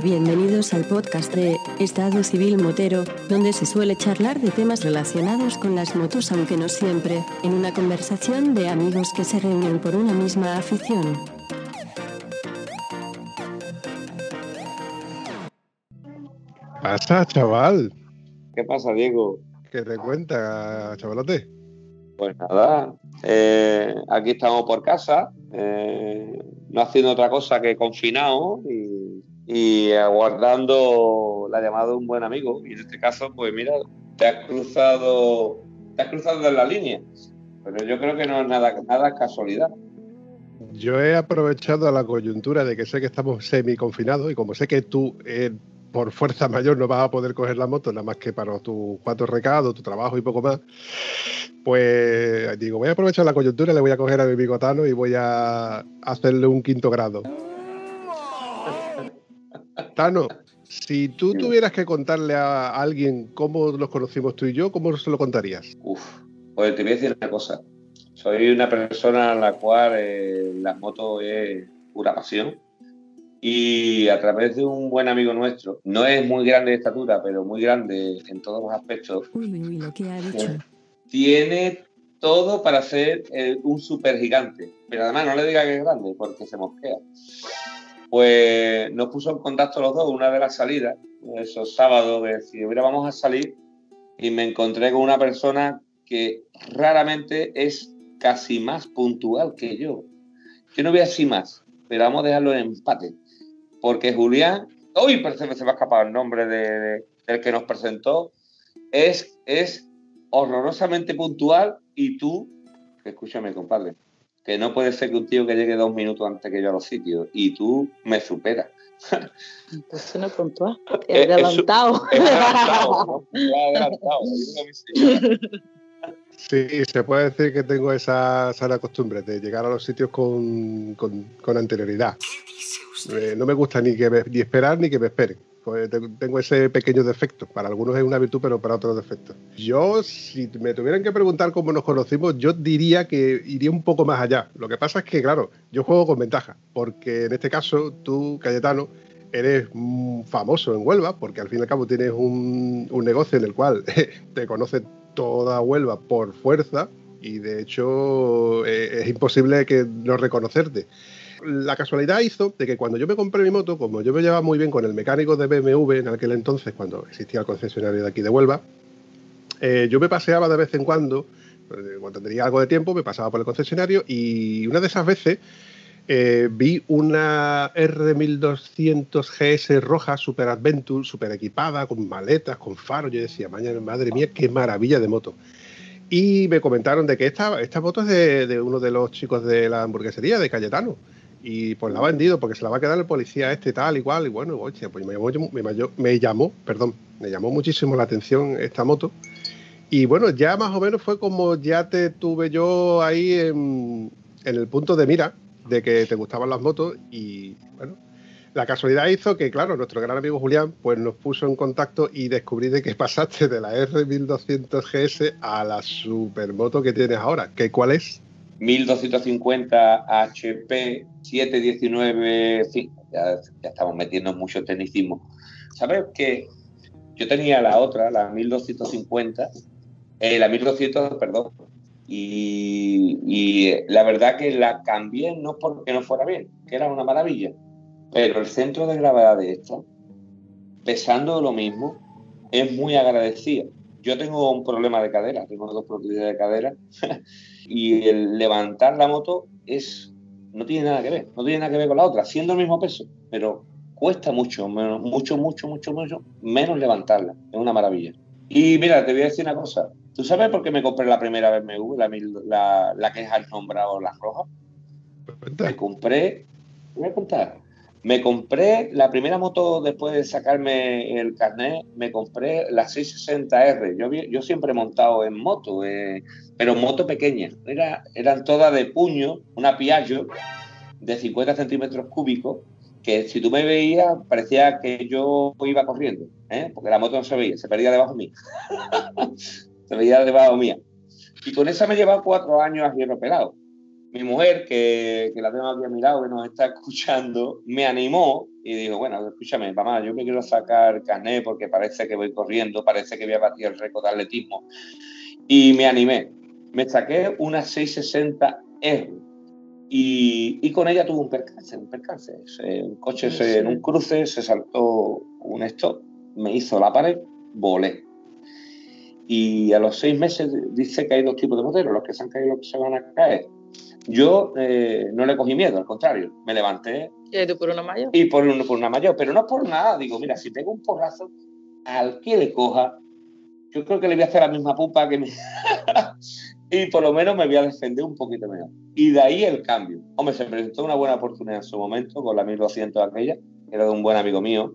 y bienvenidos al podcast de Estado Civil Motero, donde se suele charlar de temas relacionados con las motos, aunque no siempre, en una conversación de amigos que se reúnen por una misma afición. Pasa, chaval. ¿Qué pasa, Diego? ¿Qué te cuenta, chavalote? Pues nada, aquí estamos por casa, no haciendo otra cosa que confinado y aguardando la llamada de un buen amigo. Y en este caso, pues mira, te has cruzado en la línea, pero yo creo que no es nada casualidad. Yo he aprovechado la coyuntura de que sé que estamos semi-confinados y como sé que tú por fuerza mayor no vas a poder coger la moto nada más que para tus 4 recados, tu trabajo y poco más, pues digo, voy a aprovechar la coyuntura, le voy a coger a mi amigo Tano y voy a hacerle un 5º grado. Tano, si tú tuvieras que contarle a alguien cómo nos conocimos tú y yo, ¿cómo se lo contarías? Pues te voy a decir una cosa. Soy una persona a la cual las motos es pura pasión. Y a través de un buen amigo nuestro, no es muy grande de estatura, pero muy grande en todos los aspectos. Uy, lo que ha dicho. Tiene todo para ser un super gigante. Pero además no le diga que es grande, porque se mosquea. Pues nos puso en contacto los dos una de las salidas, esos sábados, de decir, mira, vamos a salir. Y me encontré con una persona que raramente es casi más puntual que yo. Yo no voy a decir más, pero vamos a dejarlo en empate. Porque Julián, hoy se me ha escapado el nombre del que nos presentó, es horrorosamente puntual y tú, escúchame, compadre, que no puede ser que un tío que llegue 2 minutos antes que yo a los sitios y tú me superas. Entonces no es puntual, es adelantado. Es adelantado, ¿no? Adelantado. Sí, se puede decir que tengo esa sana costumbre de llegar a los sitios con anterioridad. No me gusta ni esperar ni que me esperen. Pues tengo ese pequeño defecto. Para algunos es una virtud, pero para otros defectos. Yo, si me tuvieran que preguntar cómo nos conocimos, yo diría que iría un poco más allá. Lo que pasa es que, claro, yo juego con ventaja. Porque en este caso, tú, Cayetano, eres famoso en Huelva, porque al fin y al cabo tienes un negocio en el cual te conoce toda Huelva por fuerza y de hecho es imposible que no reconocerte. La casualidad hizo de que cuando yo me compré mi moto, como yo me llevaba muy bien con el mecánico de BMW en aquel entonces, cuando existía el concesionario de aquí de Huelva, yo me paseaba de vez en cuando tenía algo de tiempo, me pasaba por el concesionario y una de esas veces vi una R1200 GS roja, Super Adventure, super equipada, con maletas, con faros. Yo decía, madre mía, qué maravilla de moto. Y me comentaron de que esta moto es de uno de los chicos de la hamburguesería, de Cayetano. Y pues la ha vendido porque se la va a quedar el policía tal, igual. Y bueno, oye, pues me llamó muchísimo la atención esta moto. Y bueno, ya más o menos fue como ya te tuve yo ahí en el punto de mira de que te gustaban las motos y bueno, la casualidad hizo que, claro, nuestro gran amigo Julián pues nos puso en contacto y descubrí de que pasaste de la R1200 GS a la supermoto que tienes ahora. ¿Cuál es? 1250 HP 719, sí, ya estamos metiendo mucho tecnicismo. ¿Sabes que yo tenía la otra, la 1250, la 1200, perdón, y la verdad que la cambié no porque no fuera bien, que era una maravilla, pero el centro de gravedad de esta, pesando lo mismo, es muy agradecida. Yo tengo un problema de cadera, tengo 2 prótesis de cadera y el levantar la moto no tiene nada que ver con la otra, siendo el mismo peso, pero cuesta mucho menos levantarla. Es una maravilla. Y mira, te voy a decir una cosa. ¿Tú sabes por qué me compré la primera BMW, la que has nombrado, la roja? Me compré la primera moto después de sacarme el carnet, me compré la 660R. Yo siempre he montado en moto, pero moto pequeña. Eran todas de puño, una Piaggio de 50 centímetros cúbicos, que si tú me veías parecía que yo iba corriendo, porque la moto no se veía, se perdía debajo mía. Se veía debajo mía. Y con esa me llevaba 4 años a hierro pelado. Mi mujer, que la tengo aquí a mi lado, que nos está escuchando, me animó y dijo, bueno, escúchame, mamá, yo me quiero sacar carnet porque parece que voy corriendo, parece que voy a batir el récord de atletismo. Y me animé. Me saqué una 660 R y con ella tuve un percance. Un coche en un cruce se saltó un stop, me hizo la pared, volé. Y a los 6 meses dice que hay 2 tipos de moteros, los que se han caído y los que se van a caer. Yo no le cogí miedo, al contrario, me levanté. ¿Y tú por una mayor? Y por una mayor, pero no por nada. Digo, mira, si tengo un porrazo, al que le coja, yo creo que le voy a hacer la misma pupa que me... y por lo menos me voy a defender un poquito mejor. Y de ahí el cambio. Hombre, se presentó una buena oportunidad en su momento con la 1200 aquella, que era de un buen amigo mío,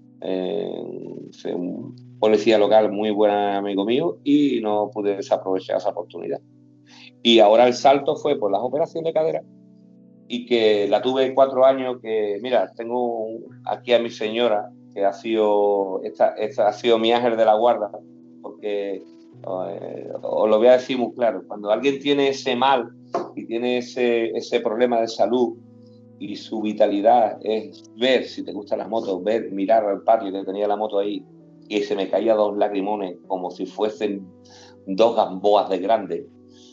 un policía local muy buen amigo mío, y no pude desaprovechar esa oportunidad. Y ahora el salto fue por las operaciones de cadera, y que la tuve 4 años, que mira, tengo aquí a mi señora, que ha sido mi ángel de la guarda, porque os lo voy a decir muy claro, cuando alguien tiene ese mal y tiene ese problema de salud y su vitalidad es ver, si te gustan las motos, mirar al patio que tenía la moto ahí y se me caían 2 lagrimones como si fuesen 2 gamboas de grande.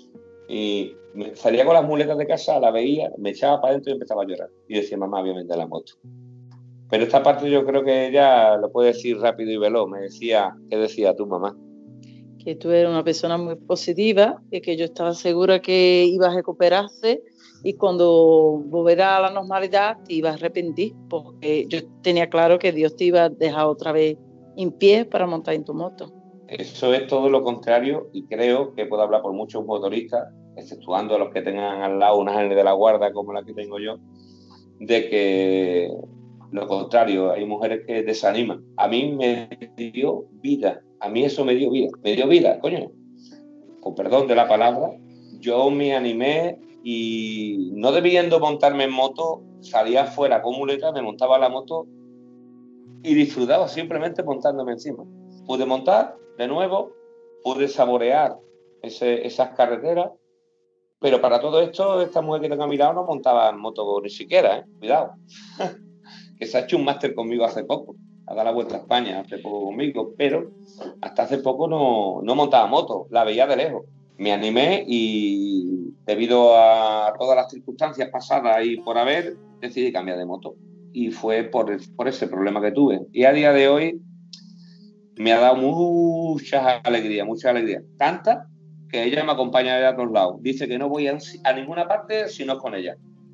Y salía con las muletas de casa, la veía, me echaba para adentro y empezaba a llorar. Y decía, mamá, voy a vender la moto. Pero esta parte yo creo que ella lo puede decir rápido y veloz. Me decía, ¿qué decía tu mamá? Que tú eres una persona muy positiva y que yo estaba segura que ibas a recuperarse y cuando volverás a la normalidad te ibas a arrepentir, porque yo tenía claro que Dios te iba a dejar otra vez en pie para montar en tu moto. Eso es todo lo contrario y creo que puedo hablar por muchos motoristas, exceptuando a los que tengan al lado un ángel de la guarda como la que tengo yo, de que lo contrario, hay mujeres que desaniman. A mí me dio vida, a mí eso me dio vida, coño. Con perdón de la palabra, yo me animé y no debiendo montarme en moto, salía afuera con muleta, me montaba la moto y disfrutaba simplemente montándome encima. Pude montar de nuevo, pude saborear esas carreteras, pero para todo esto, esta mujer que tengo a mi lado no montaba en moto ni siquiera, cuidado. Que se ha hecho un máster conmigo hace poco, ha dado la vuelta a España hace poco conmigo, pero hasta hace poco no montaba moto, la veía de lejos. Me animé y debido a todas las circunstancias pasadas y por haber, decidí cambiar de moto. Y fue por ese problema que tuve. Y a día de hoy me ha dado mucha alegría. Tanta que ella me acompaña de otros lados. Dice que no voy a ninguna parte si no es con ella.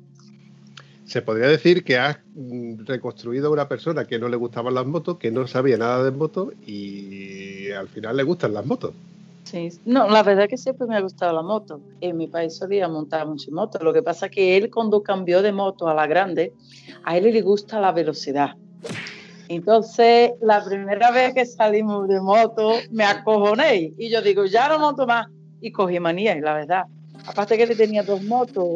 Se podría decir que has reconstruido a una persona que no le gustaban las motos, que no sabía nada de motos y al final le gustan las motos. Sí, no, la verdad es que siempre me ha gustado la moto. En mi país solía montar muchas motos. Lo que pasa es que él cuando cambió de moto a la grande, a él le gusta la velocidad. Entonces, la primera vez que salimos de moto, me acojoné y yo digo, ya no monto más. Y cogí manía, y la verdad. Aparte que él tenía 2 motos.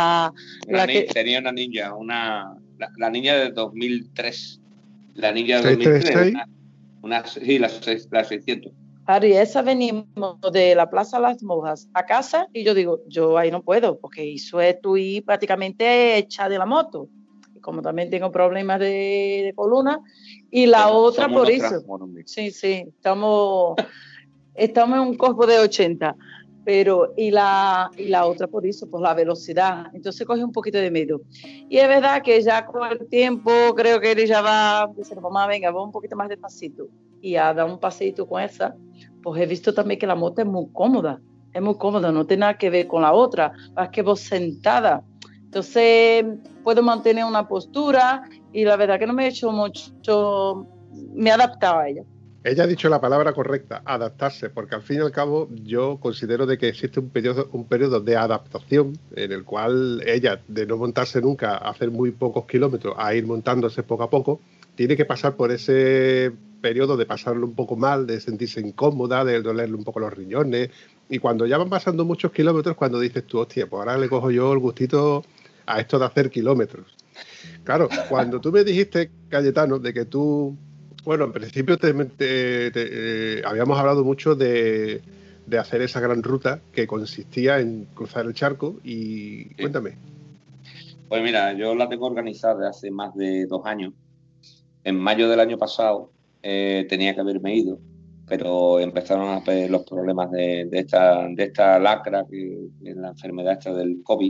Tenía una Ninja, la Ninja de 2003. La Ninja de 2003. Sí, la 600. Claro, y esa venimos de la Plaza Las Monjas a casa y yo digo, yo ahí no puedo, porque eso estoy prácticamente hecha de la moto. Y como también tengo problemas de columna, y la otra por eso. Sí, estamos en un cuerpo de 80. Pero, y la otra por eso, por la velocidad. Entonces cogí un poquito de miedo. Y es verdad que ya con el tiempo, creo que él ya va a decir, mamá, venga, vamos un poquito más despacito. Y a dar un paseito con esa, pues he visto también que la moto es muy cómoda, no tiene nada que ver con la otra, es que vos sentada. Entonces puedo mantener una postura y la verdad que no me he hecho mucho, me he adaptado a ella. Ella ha dicho la palabra correcta, adaptarse, porque al fin y al cabo yo considero de que existe un periodo de adaptación en el cual ella, de no montarse nunca, a hacer muy pocos kilómetros, a ir montándose poco a poco, tiene que pasar por ese periodo de pasarlo un poco mal, de sentirse incómoda, de dolerle un poco los riñones, y cuando ya van pasando muchos kilómetros, cuando dices tú, hostia, pues ahora le cojo yo el gustito a esto de hacer kilómetros. Claro, cuando tú me dijiste, Cayetano, de que tú... Bueno, en principio habíamos hablado mucho de de hacer esa gran ruta que consistía en cruzar el charco. Y Sí. cuéntame. Pues mira, yo la tengo organizada desde hace más de 2 años. En mayo del año pasado tenía que haberme ido, pero empezaron a ver los problemas de esta lacra, que es la enfermedad esta del COVID,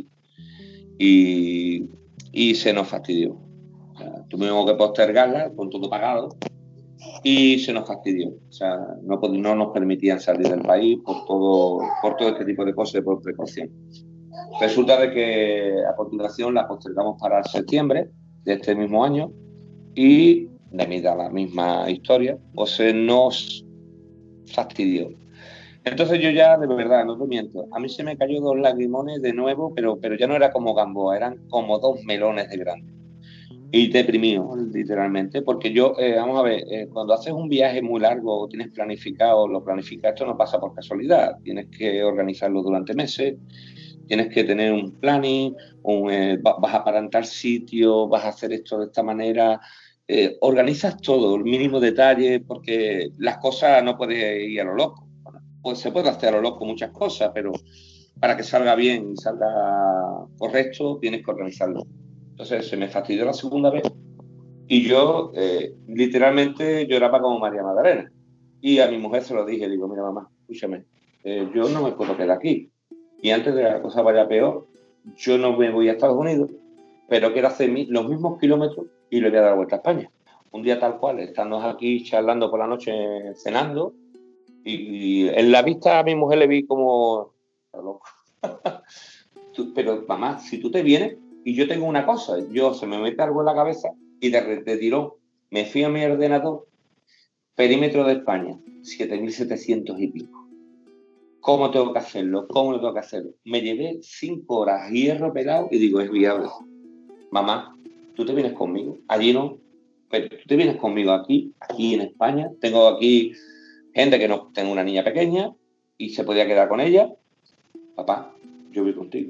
y se nos fastidió. O sea, tuvimos que postergarla con todo pagado y se nos fastidió. O sea, no nos permitían salir del país por todo este tipo de cosas, por precaución. Resulta de que a continuación la postergamos para septiembre de este mismo año y, debido a la misma historia, pues se nos fastidió. Entonces yo ya, de verdad, no te miento, a mí se me cayó 2 lagrimones de nuevo, pero ya no era como Gamboa, eran como 2 melones de grandes. Y deprimido, literalmente, porque yo, vamos a ver, cuando haces un viaje muy largo o tienes planificado, esto no pasa por casualidad, tienes que organizarlo durante meses, tienes que tener un planning, vas a parar en tal sitio, vas a hacer esto de esta manera, organizas todo, el mínimo detalle, porque las cosas no puedes ir a lo loco. Bueno, pues se puede hacer a lo loco muchas cosas, pero para que salga bien y salga correcto, tienes que organizarlo. Entonces se me fastidió la segunda vez y yo literalmente lloraba como María Magdalena. Y a mi mujer se lo dije, digo, mira mamá, escúchame, yo no me puedo quedar aquí. Y antes de que la cosa vaya peor, yo no me voy a Estados Unidos, pero quiero hacer los mismos kilómetros y le voy a dar la vuelta a España. Un día tal cual, estando aquí charlando por la noche, cenando, y en la vista a mi mujer le vi como... Está loco. Pero mamá, si tú te vienes, y yo tengo una cosa, se me mete algo en la cabeza y de tirón me fui a mi ordenador, perímetro de España, 7.700 y pico. ¿Cómo tengo que hacerlo? ¿Cómo lo tengo que hacerlo? Me llevé 5 horas hierro pelado y digo, es viable. Mamá, tú te vienes conmigo. Allí no, pero tú te vienes conmigo aquí en España. Tengo aquí gente que no tengo una niña pequeña y se podía quedar con ella. Papá, yo voy contigo.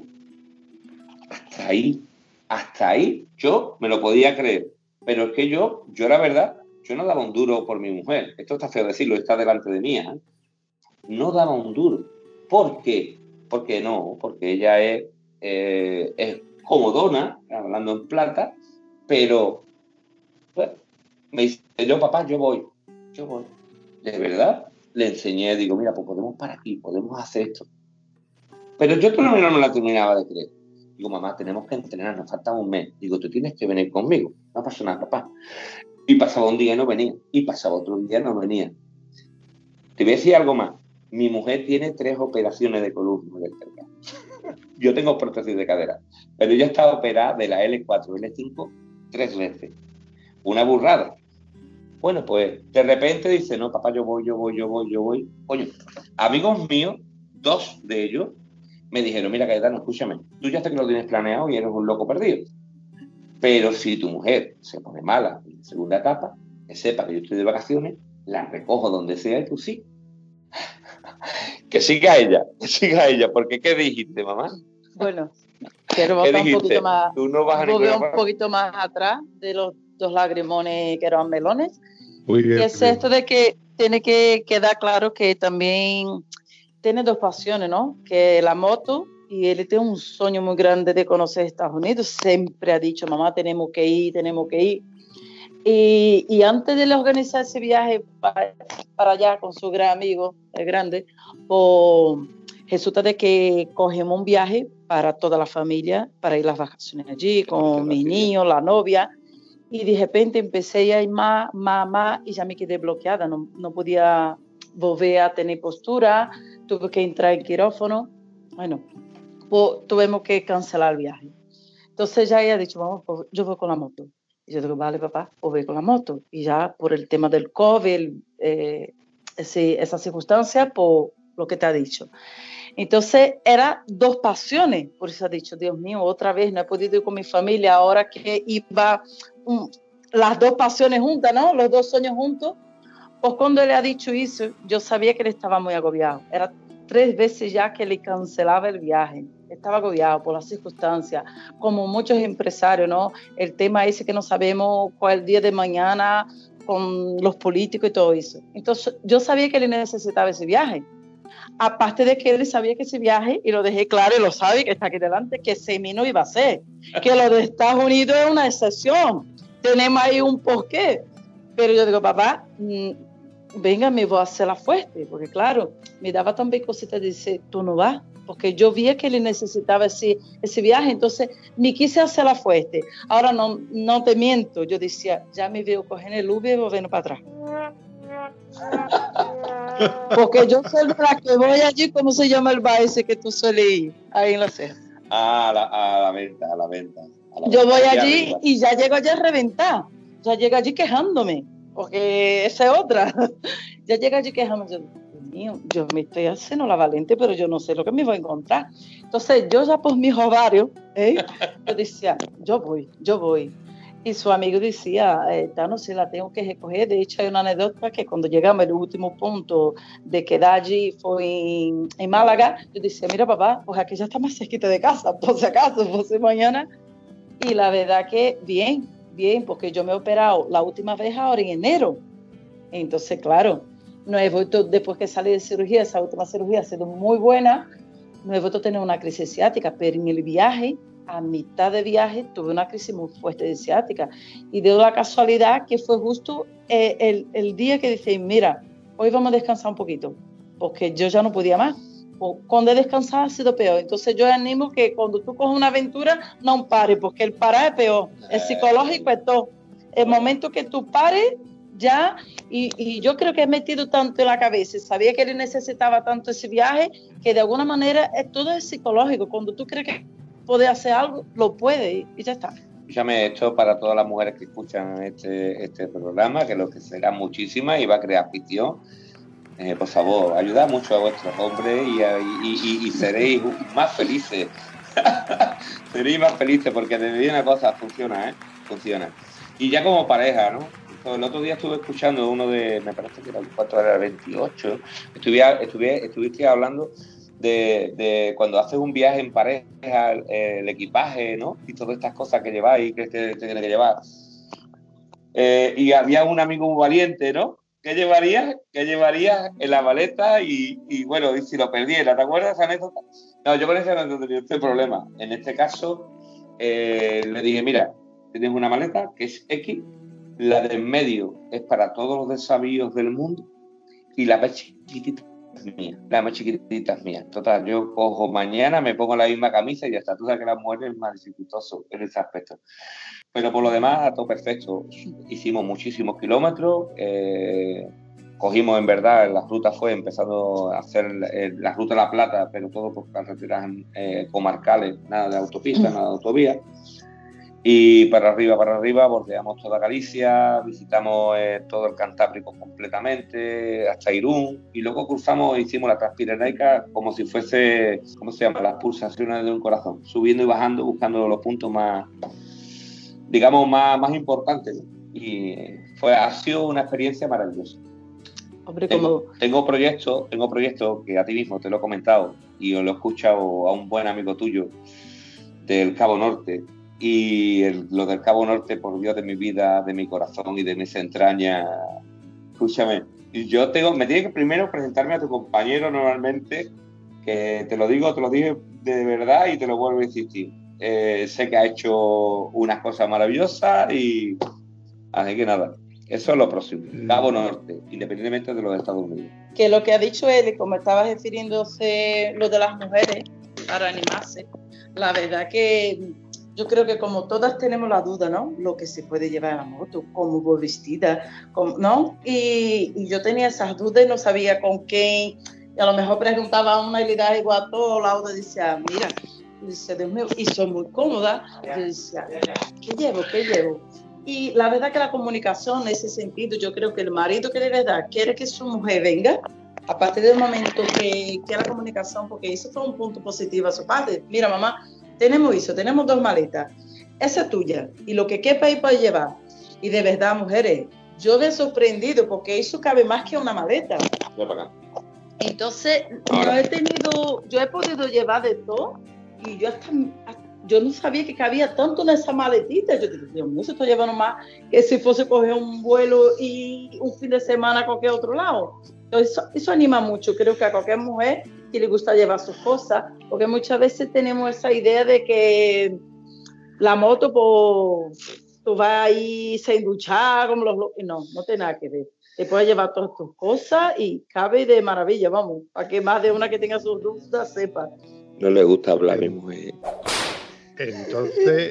Hasta ahí yo me lo podía creer. Pero es que yo la verdad, yo no daba un duro por mi mujer. Esto está feo decirlo, está delante de mí, ¿eh? No daba un duro. ¿Por qué? Porque ella es comodona, hablando en plata, pero bueno, me dice, papá, yo voy. De verdad, le enseñé, digo, mira, pues podemos parar aquí, podemos hacer esto. Pero yo todavía no me la terminaba de creer. Digo, mamá, tenemos que entrenar, nos falta un mes. Digo, tú tienes que venir conmigo. No pasa nada, papá. Y pasaba un día y no venía. Y pasaba otro día y no venía. Te voy a decir algo más. Mi mujer tiene 3 operaciones de columna vertebral. Yo tengo prótesis de cadera. Pero ella está operada de la L4, L5, 3 veces. Una burrada. Bueno, pues de repente dice, no, papá, yo voy. Coño, amigos míos, 2 de ellos, me dijeron, mira, Cayetano, escúchame, tú ya sé que lo tienes planeado y eres un loco perdido. Pero si tu mujer se pone mala en la segunda etapa, que sepa que yo estoy de vacaciones, la recojo donde sea y tú sí. Que siga ella, porque ¿qué dijiste, mamá? Bueno, quiero volver un poquito más, ¿Tú no vas a un poquito más atrás de los 2 lagrimones que eran melones. Muy bien. Y es esto de que tiene que quedar claro que también tiene 2 pasiones, ¿no? Que la moto, y él tiene un sueño muy grande de conocer Estados Unidos. Siempre ha dicho, mamá, tenemos que ir. Y antes de organizar ese viaje para allá con su gran amigo, el grande, pues resulta de que cogemos un viaje para toda la familia, para ir las vacaciones allí, con mis niños, la novia, y de repente empecé a ir más, y ya me quedé bloqueada, no podía volver a tener postura, tuve que entrar en quirófano, bueno, pues tuvimos que cancelar el viaje. Entonces ya ella ha dicho, vamos, pues yo voy con la moto. Y yo digo, vale, papá, pues voy con la moto. Y ya por el tema del COVID, esa circunstancia, pues lo que te ha dicho. Entonces, eran 2 pasiones. Por eso ha dicho, Dios mío, otra vez no he podido ir con mi familia, ahora que iba las 2 pasiones juntas, ¿no? Los 2 sueños juntos. Pues cuando él ha dicho eso, yo sabía que él estaba muy agobiado. Era 3 veces ya que le cancelaba el viaje. Estaba agobiado por las circunstancias, como muchos empresarios, ¿no? El tema ese que no sabemos cuál es el día de mañana con los políticos y todo eso. Entonces, yo sabía que él necesitaba ese viaje. Aparte de que él sabía que ese viaje, y lo dejé claro, y lo sabe, que está aquí delante, que ese no iba a ser. Que lo de Estados Unidos es una excepción. Tenemos ahí un porqué. Pero yo digo, papá, venga, me voy a hacer la fuerte. Porque claro, me daba también cositas de decir, tú no vas. Porque yo vi que él necesitaba ese viaje, entonces me quise hacer la fuerte. Ahora no te miento, yo decía, ya me veo cogiendo el Uber y volviendo para atrás. Porque yo soy la que voy allí, ¿cómo se llama el bar ese que tú sueles ir? Ahí en la ceja. A la venta. Yo voy allí arriba. Y ya llego allí a reventar. Ya llego allí quejándome, porque esa es otra. Ya llego allí quejándome. Yo me estoy haciendo la valiente, pero yo no sé lo que me voy a encontrar. Entonces, yo ya por mis ovarios, yo decía, yo voy. Y su amigo decía, Tano, si la tengo que recoger. De hecho, hay una anécdota que cuando llegamos al último punto de quedar allí, fue en Málaga, yo decía, mira papá, pues aquí ya está más cerquita de casa, por si acaso, por si mañana. Y la verdad que bien, porque yo me he operado la última vez ahora en enero. Entonces, claro, no he vuelto, después que salí de cirugía, esa última cirugía ha sido muy buena, no he vuelto a tener una crisis ciática, pero en el viaje, a mitad de viaje, tuve una crisis muy fuerte de ciática. Y dio la casualidad que fue justo el día que dije, mira, hoy vamos a descansar un poquito, porque yo ya no podía más. Cuando he descansado ha sido peor. Entonces yo animo que cuando tú coges una aventura, no pares, porque el parar es peor. El psicológico es todo. El momento que tú pares, ya, y yo creo que he metido tanto en la cabeza, sabía que él necesitaba tanto ese viaje, que de alguna manera todo es psicológico. Cuando tú crees que puedes hacer algo, lo puedes y ya está. Escúchame, esto para todas las mujeres que escuchan este programa, que lo que serán muchísimas y va a crear afición. Por favor, ayudad mucho a vuestros hombres y seréis más felices. Seréis más felices porque de verdad una cosa funciona. Y ya como pareja, ¿no? El otro día estuve escuchando uno de, me parece que era el 28, estuviste hablando de cuando haces un viaje en pareja, el equipaje, ¿no? Y todas estas cosas que lleváis, que te tiene que llevar. Y había un amigo muy valiente, ¿no? ¿Qué llevarías en la maleta? Y bueno, y si lo perdiera, ¿te acuerdas de esa anécdota? No, yo con esa no tenía este problema. En este caso, le dije, mira, tienes una maleta que es X, la de en medio es para todos los desavíos del mundo y la más chiquitita es mía. Total, yo cojo mañana, me pongo la misma camisa y ya está. Tú sabes que la mujer es más dificultoso en ese aspecto. Pero por lo demás, todo perfecto. Hicimos muchísimos kilómetros. Cogimos, en verdad, la ruta fue empezando a hacer la ruta de La Plata, pero todo por carreteras comarcales, nada de autopista, nada de autovía. Y para arriba, bordeamos toda Galicia, visitamos todo el Cantábrico completamente, hasta Irún, y luego cruzamos e hicimos la Transpirenaica como si fuese, ¿cómo se llama?, las pulsaciones de un corazón, subiendo y bajando, buscando los puntos más, digamos, más importantes, ¿no? Y ha sido una experiencia maravillosa. Hombre, tengo proyectos que a ti mismo te lo he comentado, y os lo he escuchado a un buen amigo tuyo del Cabo Norte. Y lo del Cabo Norte, por Dios de mi vida, de mi corazón y de mis entrañas, escúchame, me tiene que primero presentarme a tu compañero normalmente, que te lo dije de verdad y te lo vuelvo a insistir. Sé que ha hecho unas cosas maravillosas y así que nada, eso es lo próximo, Cabo Norte, independientemente de los Estados Unidos. Que lo que ha dicho él, como estaba refiriéndose lo de las mujeres, para animarse, la verdad que yo creo que como todas tenemos la duda, ¿no? Lo que se puede llevar a la moto, cómo voy vestida, ¿no? Y yo tenía esas dudas y no sabía con qué. Y a lo mejor preguntaba a una y le daba igual a todo, la otra decía, mira, y dice, Dios mío, y soy muy cómoda. Y yo decía, ¿qué llevo? Y la verdad que la comunicación en ese sentido, yo creo que el marido que de verdad quiere que su mujer venga, a partir del momento que la comunicación, porque eso fue un punto positivo a su parte. Mira, mamá, tenemos 2 maletas, esa es tuya, y lo que quepa ahí puede llevar. Y de verdad, mujeres, yo me he sorprendido porque eso cabe más que una maleta. Entonces, yo he podido llevar de todo, y yo no sabía que cabía tanto en esa maletita. Yo dije, Dios mío, se estoy llevando más que si fuese coger un vuelo y un fin de semana a cualquier otro lado. Eso anima mucho, creo que a cualquier mujer que le gusta llevar sus cosas, porque muchas veces tenemos esa idea de que la moto, pues, tú vas ahí sin duchar, como no tiene nada que ver. Te puedes llevar todas tus cosas y cabe de maravilla, vamos, para que más de una que tenga sus dudas sepa. No le gusta hablar a mi mujer. Entonces,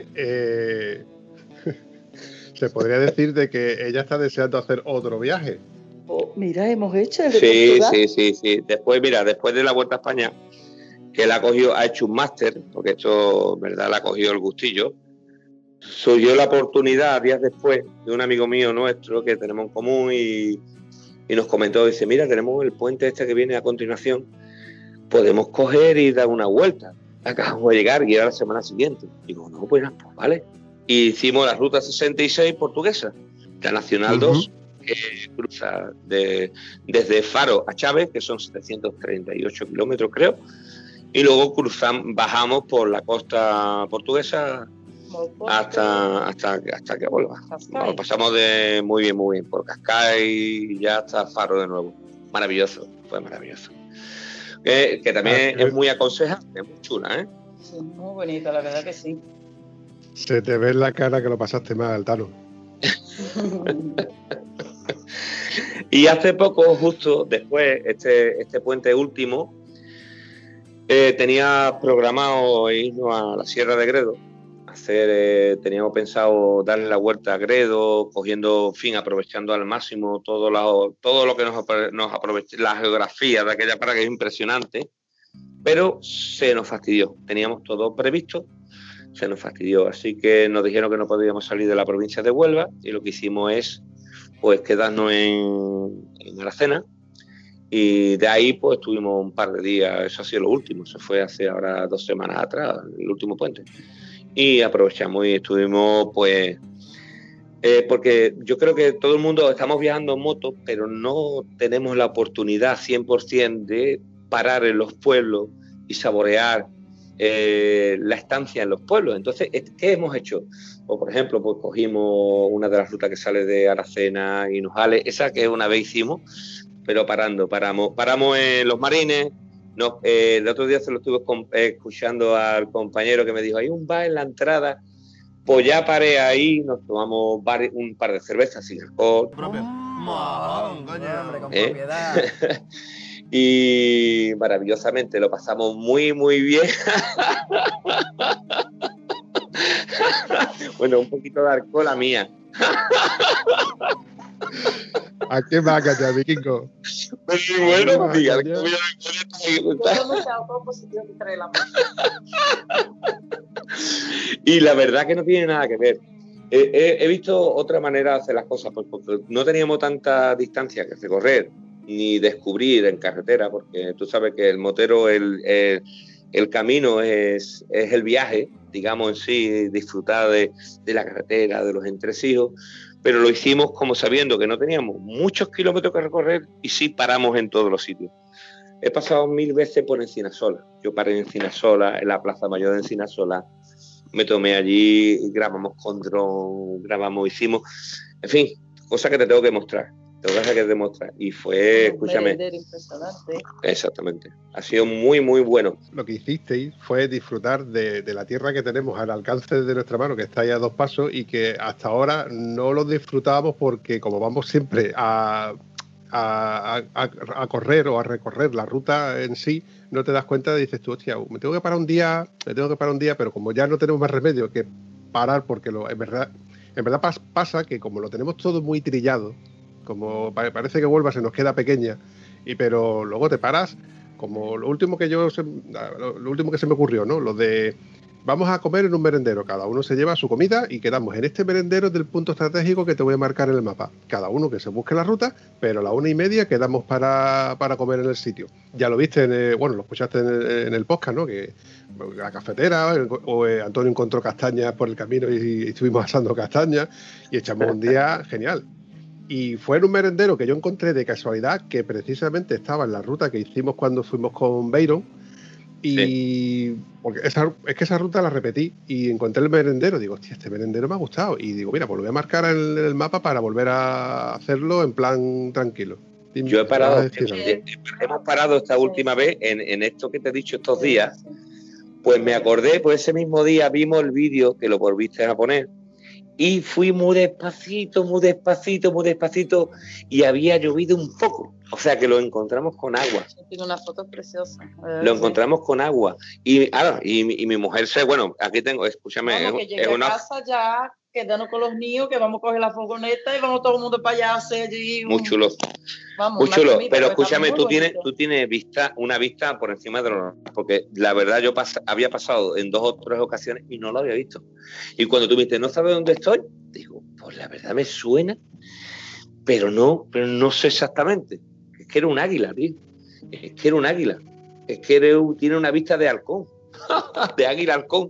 se podría decir de que ella está deseando hacer otro viaje. Oh, mira, hemos hecho el de Portugal. Sí. Después de la Vuelta a España, que él ha hecho un máster, porque esto, verdad, le ha cogido el gustillo. Surgió la oportunidad días después de un amigo mío nuestro que tenemos en común y nos comentó, dice, mira, tenemos el puente este que viene a continuación, podemos coger y dar una vuelta. Acabamos de llegar y era la semana siguiente. Digo, no, pues vale. Y hicimos la ruta 66 portuguesa, la Nacional 2, que cruza desde Faro a Chaves, que son 738 kilómetros, creo, y luego bajamos por la costa portuguesa hasta que vuelva. Lo pasamos muy bien, por Cascais y ya hasta Faro de nuevo. Maravilloso, fue maravilloso. Que también es muy aconsejable, es muy chula, ¿eh? Sí, muy bonita, la verdad que sí. Se te ve en la cara que lo pasaste mal, Tano. Y hace poco, justo después, este puente último, tenía programado irnos a la Sierra de Gredo. Teníamos pensado darle la vuelta a Gredo, aprovechando al máximo todo lo que nos aprovecha, la geografía de aquella para que es impresionante, pero se nos fastidió. Teníamos todo previsto, se nos fastidió, así que nos dijeron que no podíamos salir de la provincia de Huelva y lo que hicimos es pues quedarnos en Aracena y de ahí pues estuvimos un par de días, eso ha sido lo último, se fue hace ahora 2 semanas atrás, el último puente. Y aprovechamos y estuvimos, pues, porque yo creo que todo el mundo estamos viajando en moto, pero no tenemos la oportunidad 100% de parar en los pueblos y saborear la estancia en los pueblos. Entonces, ¿qué hemos hecho? Pues, por ejemplo, pues cogimos una de las rutas que sale de Aracena y Nujales, esa que una vez hicimos, pero paramos en Los Marines. No, el otro día se lo estuve escuchando al compañero que me dijo, hay un bar en la entrada, pues ya paré ahí, nos tomamos un par de cervezas sin alcohol. Y maravillosamente lo pasamos muy, muy bien. Bueno, un poquito de alcohol a mía. ¿A qué vaca ya, vikingo? Bueno, diga, y la verdad que no tiene nada que ver. He visto otra manera de hacer las cosas, pues, porque no teníamos tanta distancia que recorrer ni descubrir en carretera, porque tú sabes que el motero, el camino es el viaje, digamos en sí, disfrutar de la carretera, de los entresijos, pero lo hicimos como sabiendo que no teníamos muchos kilómetros que recorrer y sí paramos en todos los sitios. He pasado 1000 veces por Encinasola. Yo paré en Encinasola, en la Plaza Mayor de Encinasola, me tomé allí, grabamos con dron, hicimos, en fin, cosas que te tengo que mostrar. Y fue, escúchame. Impresionante. Exactamente. Ha sido muy, muy bueno. Lo que hicisteis fue disfrutar de la tierra que tenemos al alcance de nuestra mano, que está ahí a 2 pasos y que hasta ahora no lo disfrutábamos porque como vamos siempre a correr o a recorrer la ruta en sí, no te das cuenta, dices tú, hostia, me tengo que parar un día, pero como ya no tenemos más remedio que parar porque en verdad pasa que como lo tenemos todo muy trillado, como parece que Huelva se nos queda pequeña, pero luego te paras, como lo último que se me ocurrió, ¿no? Lo de vamos a comer en un merendero, cada uno se lleva su comida y quedamos en este merendero del punto estratégico que te voy a marcar en el mapa. Cada uno que se busque la ruta, pero a la 1:30 quedamos para comer en el sitio. Ya lo viste, lo escuchaste en el podcast, ¿no? Que la cafetera, Antonio encontró castañas por el camino y estuvimos asando castañas y echamos un día genial. Y fue en un merendero que yo encontré de casualidad, que precisamente estaba en la ruta que hicimos cuando fuimos con Byron. Y sí. Porque es que esa ruta la repetí y encontré el merendero. Digo, hostia, este merendero me ha gustado. Y digo, mira, pues lo voy a marcar en el mapa para volver a hacerlo en plan tranquilo. Yo he parado, hemos parado esta última vez en esto que te he dicho estos días, pues me acordé, pues ese mismo día vimos el vídeo que lo volviste a poner y fui muy despacito y había llovido un poco, o sea que lo encontramos con agua. Tiene una foto preciosa. Lo encontramos con agua y mi mujer aquí tengo, escúchame. Vamos, que llegué a casa ya, quedando con los niños, que vamos a coger la furgoneta y vamos todo el mundo para allá a hacer allí. Muy chulo. Vamos, muy chulo, comida, pero escúchame, tú bonito. tienes una vista por encima de lo normal, porque la verdad yo había pasado en 2 o 3 ocasiones y no lo había visto. Y cuando tú me dices, ¿no sabes dónde estoy? Digo, pues la verdad me suena, pero no sé exactamente. Es que era un águila, tío. Es que era un águila. Es que tiene una vista de halcón, de águila halcón.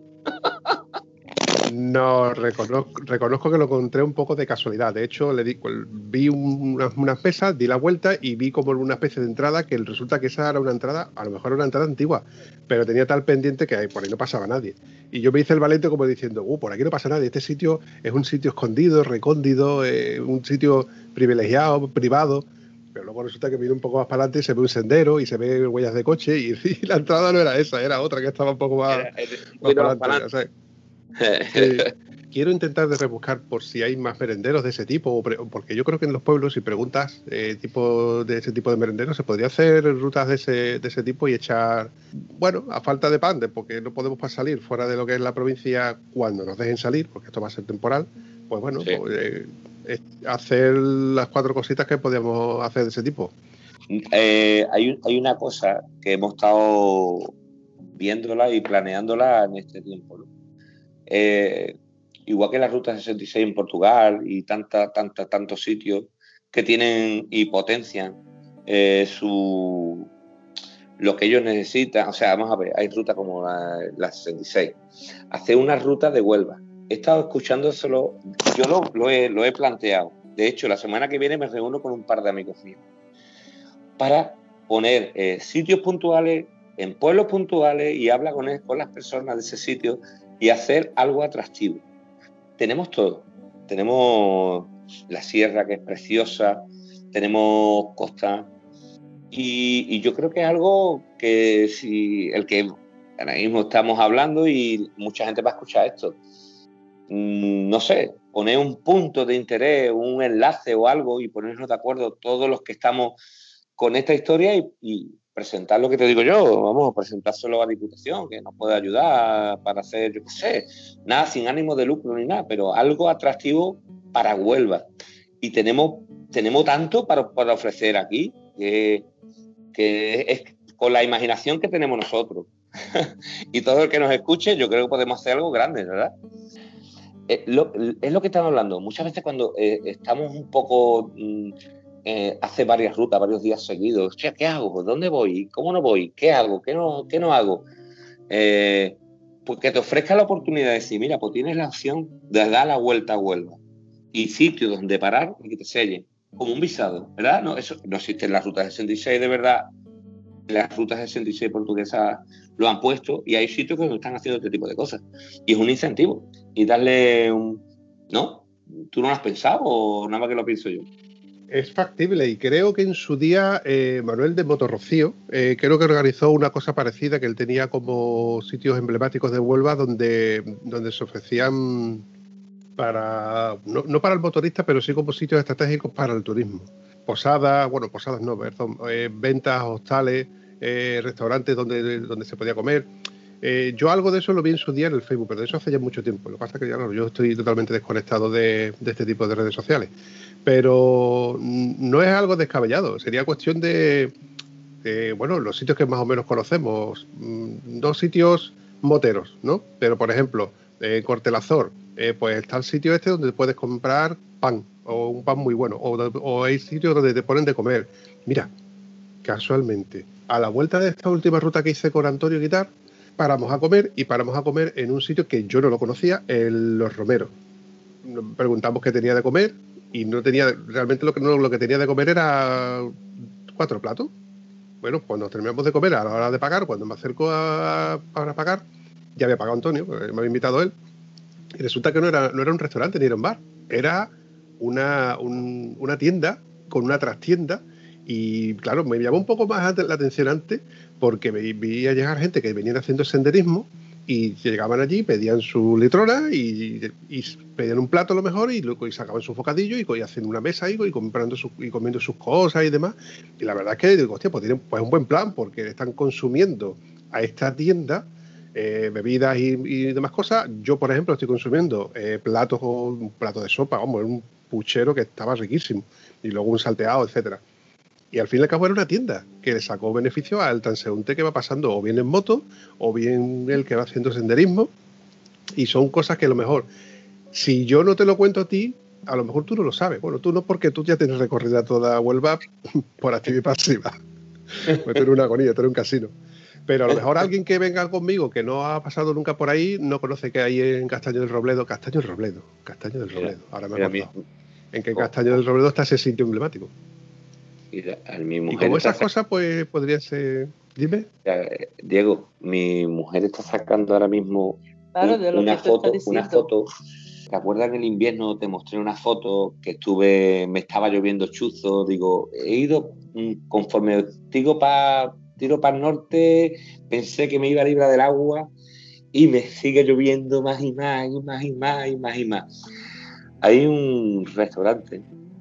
No, reconozco que lo encontré un poco de casualidad. De hecho, vi unas pesas, di la vuelta y vi como una especie de entrada que resulta que esa era una entrada, a lo mejor era una entrada antigua, pero tenía tal pendiente que por ahí no pasaba nadie. Y yo me hice el valiente como diciendo, por aquí no pasa nadie, este sitio es un sitio escondido, recóndito, un sitio privilegiado, privado. Pero luego resulta que miro un poco más para adelante y se ve un sendero y se ve huellas de coche y la entrada no era esa, era otra que estaba un poco más para adelante. O sea, quiero intentar de rebuscar por si hay más merenderos de ese tipo, porque yo creo que en los pueblos, si preguntas de ese tipo de merenderos, se podría hacer rutas de ese tipo y echar, a falta de pan, porque no podemos salir fuera de lo que es la provincia cuando nos dejen salir, porque esto va a ser temporal, pues hacer las 4 cositas que podíamos hacer de ese tipo. Hay una cosa que hemos estado viéndola y planeándola en este tiempo, ¿no? Igual que la Ruta 66 en Portugal y tantos sitios que tienen y potencian lo que ellos necesitan. O sea, vamos a ver, hay rutas como la 66. Hacer una ruta de Huelva. He estado escuchándoselo, yo lo he planteado. De hecho, la semana que viene me reúno con un par de amigos míos para poner sitios puntuales en pueblos puntuales y habla con las personas de ese sitio y hacer algo atractivo. Tenemos todo. Tenemos la sierra, que es preciosa, tenemos costa, y yo creo que es algo que si el que ahora mismo estamos hablando y mucha gente va a escuchar esto, no sé, poner un punto de interés, un enlace o algo y ponernos de acuerdo todos los que estamos con esta historia y presentar lo que te digo yo, vamos a presentárselo a Diputación, que nos puede ayudar para hacer, yo qué sé, nada sin ánimo de lucro ni nada, pero algo atractivo para Huelva. Y tenemos tanto para ofrecer aquí, que es con la imaginación que tenemos nosotros. Y todo el que nos escuche, yo creo que podemos hacer algo grande, ¿verdad? Es lo que estamos hablando. Muchas veces cuando estamos un poco... hace varias rutas, varios días seguidos. Hostia, ¿qué hago? ¿Dónde voy? ¿Cómo no voy? ¿Qué hago? ¿Qué no hago? Pues que te ofrezca la oportunidad de decir, mira, pues tienes la opción de dar la vuelta a Huelva y sitios donde parar y que te sellen, como un visado, ¿verdad? No, eso no existe en la Ruta 66, de verdad. Las rutas 66 portuguesas lo han puesto y hay sitios que no están haciendo este tipo de cosas. Y es un incentivo. Y darle un... ¿No? ¿Tú no lo has pensado o nada más que lo pienso yo? Es factible y creo que en su día Manuel de Motorrocío creo que organizó una cosa parecida, que él tenía como sitios emblemáticos de Huelva donde se ofrecían para no para el motorista, pero sí como sitios estratégicos para el turismo. Posadas no, perdón, ventas, hostales, restaurantes donde se podía comer. Yo algo de eso lo vi en su día en el Facebook, pero de eso hace ya mucho tiempo. Lo que pasa es que claro, yo estoy totalmente desconectado de este tipo de redes sociales. Pero no es algo descabellado. Sería cuestión de los sitios que más o menos conocemos. 2 sitios moteros, ¿no? Pero, por ejemplo, Cortelazor, pues está el sitio este donde puedes comprar pan, o un pan muy bueno, o hay sitios donde te ponen de comer. Mira, casualmente, a la vuelta de esta última ruta que hice con Antonio Guitar, paramos a comer en un sitio que yo no lo conocía, Los Romeros. Preguntamos qué tenía de comer y no tenía, realmente lo que tenía de comer era 4 platos. Bueno, cuando terminamos de comer, a la hora de pagar, cuando me acerco para pagar, ya había pagado Antonio, me había invitado él, y resulta que no era un restaurante ni era un bar, era una tienda con una trastienda, Y claro, me llamó un poco más la atención antes porque vi a llegar gente que venían haciendo senderismo y llegaban allí, pedían su litrona y pedían un plato a lo mejor y luego sacaban su bocadillo y hacían una mesa y comprando y comiendo sus cosas y demás. Y la verdad es que digo, hostia, pues tienen pues un buen plan porque están consumiendo a esta tienda bebidas y demás cosas. Yo, por ejemplo, estoy consumiendo un plato de sopa, vamos, un puchero que estaba riquísimo y luego un salteado, etcétera. Y al fin y al cabo era una tienda que le sacó beneficio al transeúnte que va pasando o bien en moto o bien el que va haciendo senderismo. Y son cosas que a lo mejor, si yo no te lo cuento a ti, a lo mejor tú no lo sabes. Bueno, tú no, porque tú ya tienes recorrida toda Huelva por activa y pasiva. Pues tú eres una agonía, tú eres un casino. Pero a lo mejor alguien que venga conmigo, que no ha pasado nunca por ahí, no conoce que hay en Castaño del Robledo. Castaño del Robledo. Ahora me he acordado. En que en Castaño del Robledo está ese sitio emblemático. Y como esas cosas, pues podría ser. Dime. Diego, mi mujer está sacando ahora mismo una foto. ¿Te acuerdas que en el invierno te mostré una foto que me estaba lloviendo chuzo? Digo, he ido conforme tiro para el norte, pensé que me iba a librar del agua y me sigue lloviendo más y más y más y más y más y más. Hay un restaurante.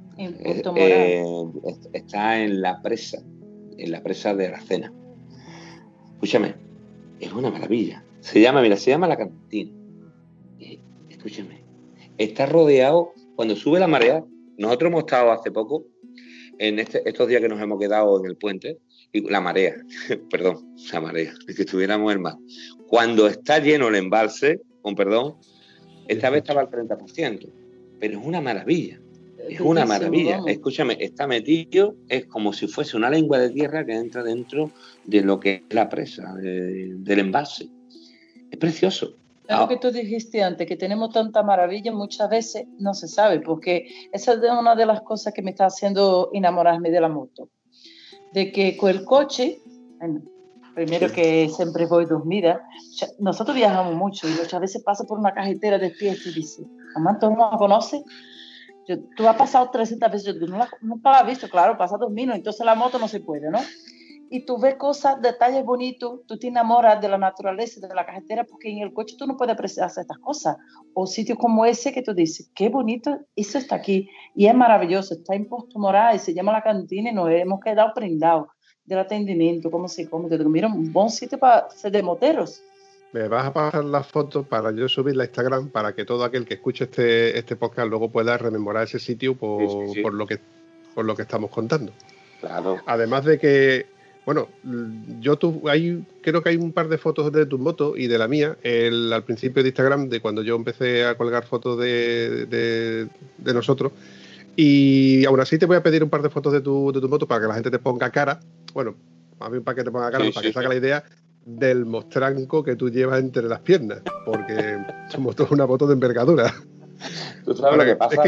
Está en la presa de Aracena. Escúchame, es una maravilla. Se llama La Cantina. Escúchame, está rodeado, cuando sube la marea, nosotros hemos estado hace poco, en estos días que nos hemos quedado en el puente, y la marea, es que estuviéramos en el mar. Cuando está lleno el embalse, esta vez estaba al 30%, pero es una maravilla. Es una maravilla. Escúchame, está metido, es como si fuese una lengua de tierra que entra dentro de lo que es la presa, del embalse. Es precioso. Es lo que tú dijiste antes, que tenemos tanta maravilla, muchas veces no se sabe, porque esa es una de las cosas que me está haciendo enamorarme de la moto. De que con el coche, primero que siempre voy dormida, nosotros viajamos mucho y muchas veces paso por una carretera de fiesta y dice, mamá, ¿tú no la conoces? Tú has pasado 300 veces, yo digo, nunca la has visto, claro, pasa 2000, entonces la moto no se puede, ¿no? Y tú ves cosas, detalles bonitos, tú te enamoras de la naturaleza, de la carretera, porque en el coche tú no puedes apreciar estas cosas. O sitios como ese que tú dices, qué bonito, eso está aquí, y es maravilloso, está en Puerto Morada y se llama La Cantina y nos hemos quedado prendados del atendimiento, cómo se come. Te digo, mira, un buen sitio para ser de moteros. Me vas a pasar las fotos para yo subirla a Instagram para que todo aquel que escuche este podcast luego pueda rememorar ese sitio por lo que estamos contando. Claro. Además de que, bueno, creo que hay un par de fotos de tu moto y de la mía al principio de Instagram, de cuando yo empecé a colgar fotos de nosotros. Y aún así te voy a pedir un par de fotos de tu moto para que la gente te ponga cara. Bueno, más bien para que te ponga cara, para que se haga la idea del mostranco que tú llevas entre las piernas, porque tu moto es una moto de envergadura. ¿Tú sabes lo que pasa?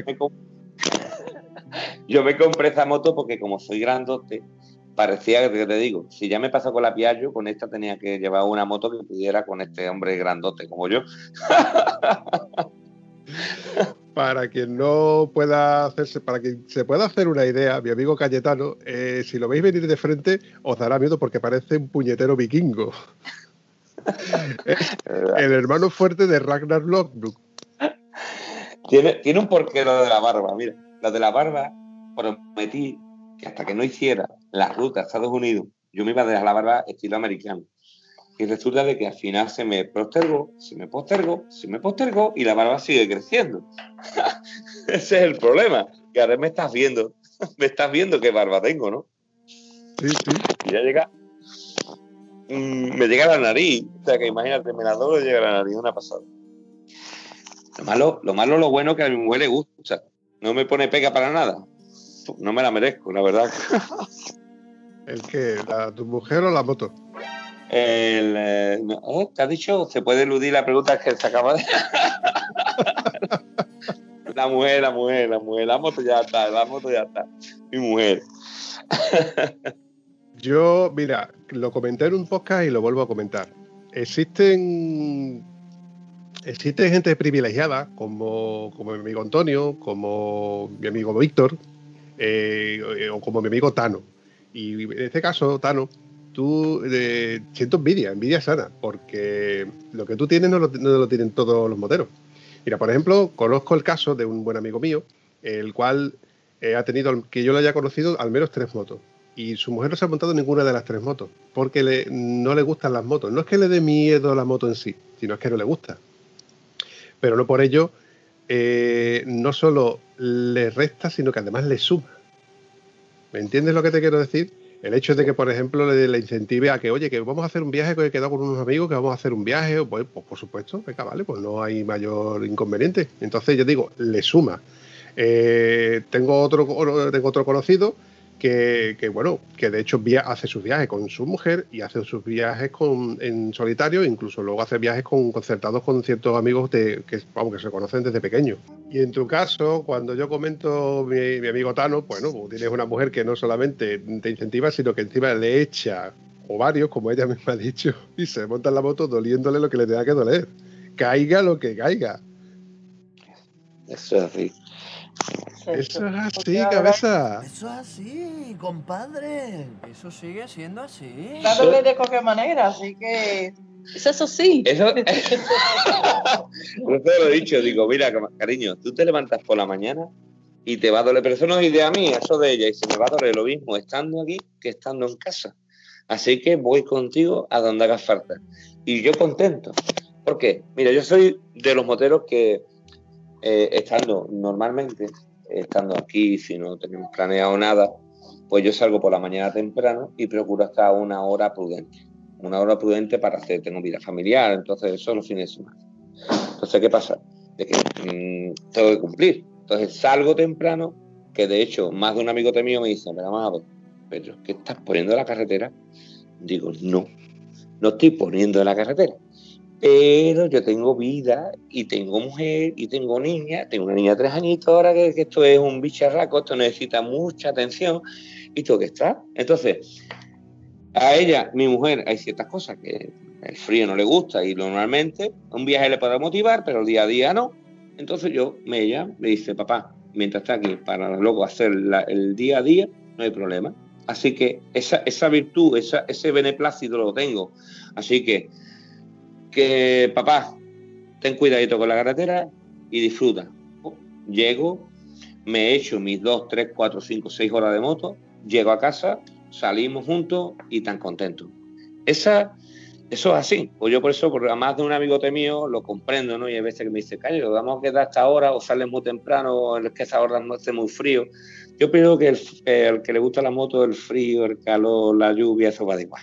Yo me compré esa moto porque como soy grandote, parecía que te digo, si ya me pasó con la Piaggio, con esta tenía que llevar una moto que pudiera con este hombre grandote como yo. Para quien no pueda hacerse, para que se pueda hacer una idea, mi amigo Cayetano, si lo veis venir de frente, os dará miedo porque parece un puñetero vikingo. El hermano fuerte de Ragnar Lothbrok. Tiene un porqué lo de la barba, mira. Lo de la barba, prometí que hasta que no hiciera la ruta a Estados Unidos, yo me iba a dejar la barba estilo americano. Y resulta de que al final se me postergó y la barba sigue creciendo. Ese es el problema, que ahora me estás viendo qué barba tengo, ¿no? Sí. Y ya me llega a la nariz, o sea que imagínate, me la doblo y llega a la nariz, una pasada. Lo bueno que a mi mujer le gusta, no me pone pega para nada, no me la merezco, la verdad. ¿El qué? ¿Tu mujer o la moto? ¿Te has dicho? ¿Se puede eludir la pregunta que se acaba de...? La mujer, la moto ya está. Mi mujer. Yo, mira, lo comenté en un podcast y lo vuelvo a comentar. Existe gente privilegiada, como mi amigo Antonio, como mi amigo Víctor, o como mi amigo Tano. Y en este caso, Tano, tú siento envidia sana, porque lo que tú tienes no lo tienen todos los moteros. Mira, por ejemplo, conozco el caso de un buen amigo mío, el cual ha tenido, que yo lo haya conocido, al menos 3 motos. Y su mujer no se ha montado ninguna de las 3 motos, porque no le gustan las motos. No es que le dé miedo la moto en sí, sino es que no le gusta. Pero no por ello, no solo le resta, sino que además le suma. ¿Me entiendes lo que te quiero decir? El hecho de que, por ejemplo, le incentive a que, oye, que vamos a hacer un viaje, que he quedado con unos amigos, que vamos a hacer un viaje, pues por supuesto, venga, vale, pues no hay mayor inconveniente. Entonces, yo digo, le suma. Tengo otro conocido que de hecho hace sus viajes con su mujer y hace sus viajes en solitario, incluso luego hace viajes concertados con ciertos amigos que se conocen desde pequeños. Y en tu caso, cuando yo comento mi amigo Tano, bueno, pues tienes una mujer que no solamente te incentiva, sino que encima le echa ovarios, como ella misma ha dicho, y se monta en la moto doliéndole lo que le tenga que doler. Caiga lo que caiga. Eso es así. Eso es así, cabeza. Eso es así, compadre. Eso sigue siendo así. Dándole de cualquier manera, así que eso sí. Eso yo te lo he dicho, digo, mira, cariño, tú te levantas por la mañana y te va a doler, pero eso no es idea mía, eso de ella, y se me va a doler lo mismo estando aquí que estando en casa. Así que voy contigo a donde haga falta. Y yo contento. ¿Por qué? Mira, yo soy de los moteros que estando aquí, si no tenemos planeado nada, pues yo salgo por la mañana temprano y procuro estar una hora prudente para hacer, tengo vida familiar, entonces eso los fines de semana. Entonces, ¿qué pasa? De que tengo que cumplir. Entonces salgo temprano, que de hecho más de un amigo mío me dice, pero vamos a ver, Pedro, ¿qué estás poniendo en la carretera? Digo, no estoy poniendo en la carretera. Pero yo tengo vida y tengo mujer y tengo niña. Tengo una niña de 3 añitos ahora que esto es un bicharraco, esto necesita mucha atención y tengo que estar. Entonces, a ella, mi mujer, hay ciertas cosas que el frío no le gusta y normalmente un viaje le puede motivar, pero el día a día no. Entonces ella me dice, papá, mientras está aquí para luego hacer el día a día, no hay problema. Así que esa virtud, ese beneplácito lo tengo. Así que papá, ten cuidadito con la carretera y disfruta. Llego, me echo mis 2, 3, 4, 5, 6 horas de moto, llego a casa, salimos juntos y tan contentos. Eso es así. Pues yo por eso, a más de un amigo mío, lo comprendo, ¿no? Y hay veces que me dice, cállate, vamos a quedar hasta ahora o sales muy temprano, o es que esa hora no hace muy frío. Yo creo que el que le gusta la moto, el frío, el calor, la lluvia, eso va de igual.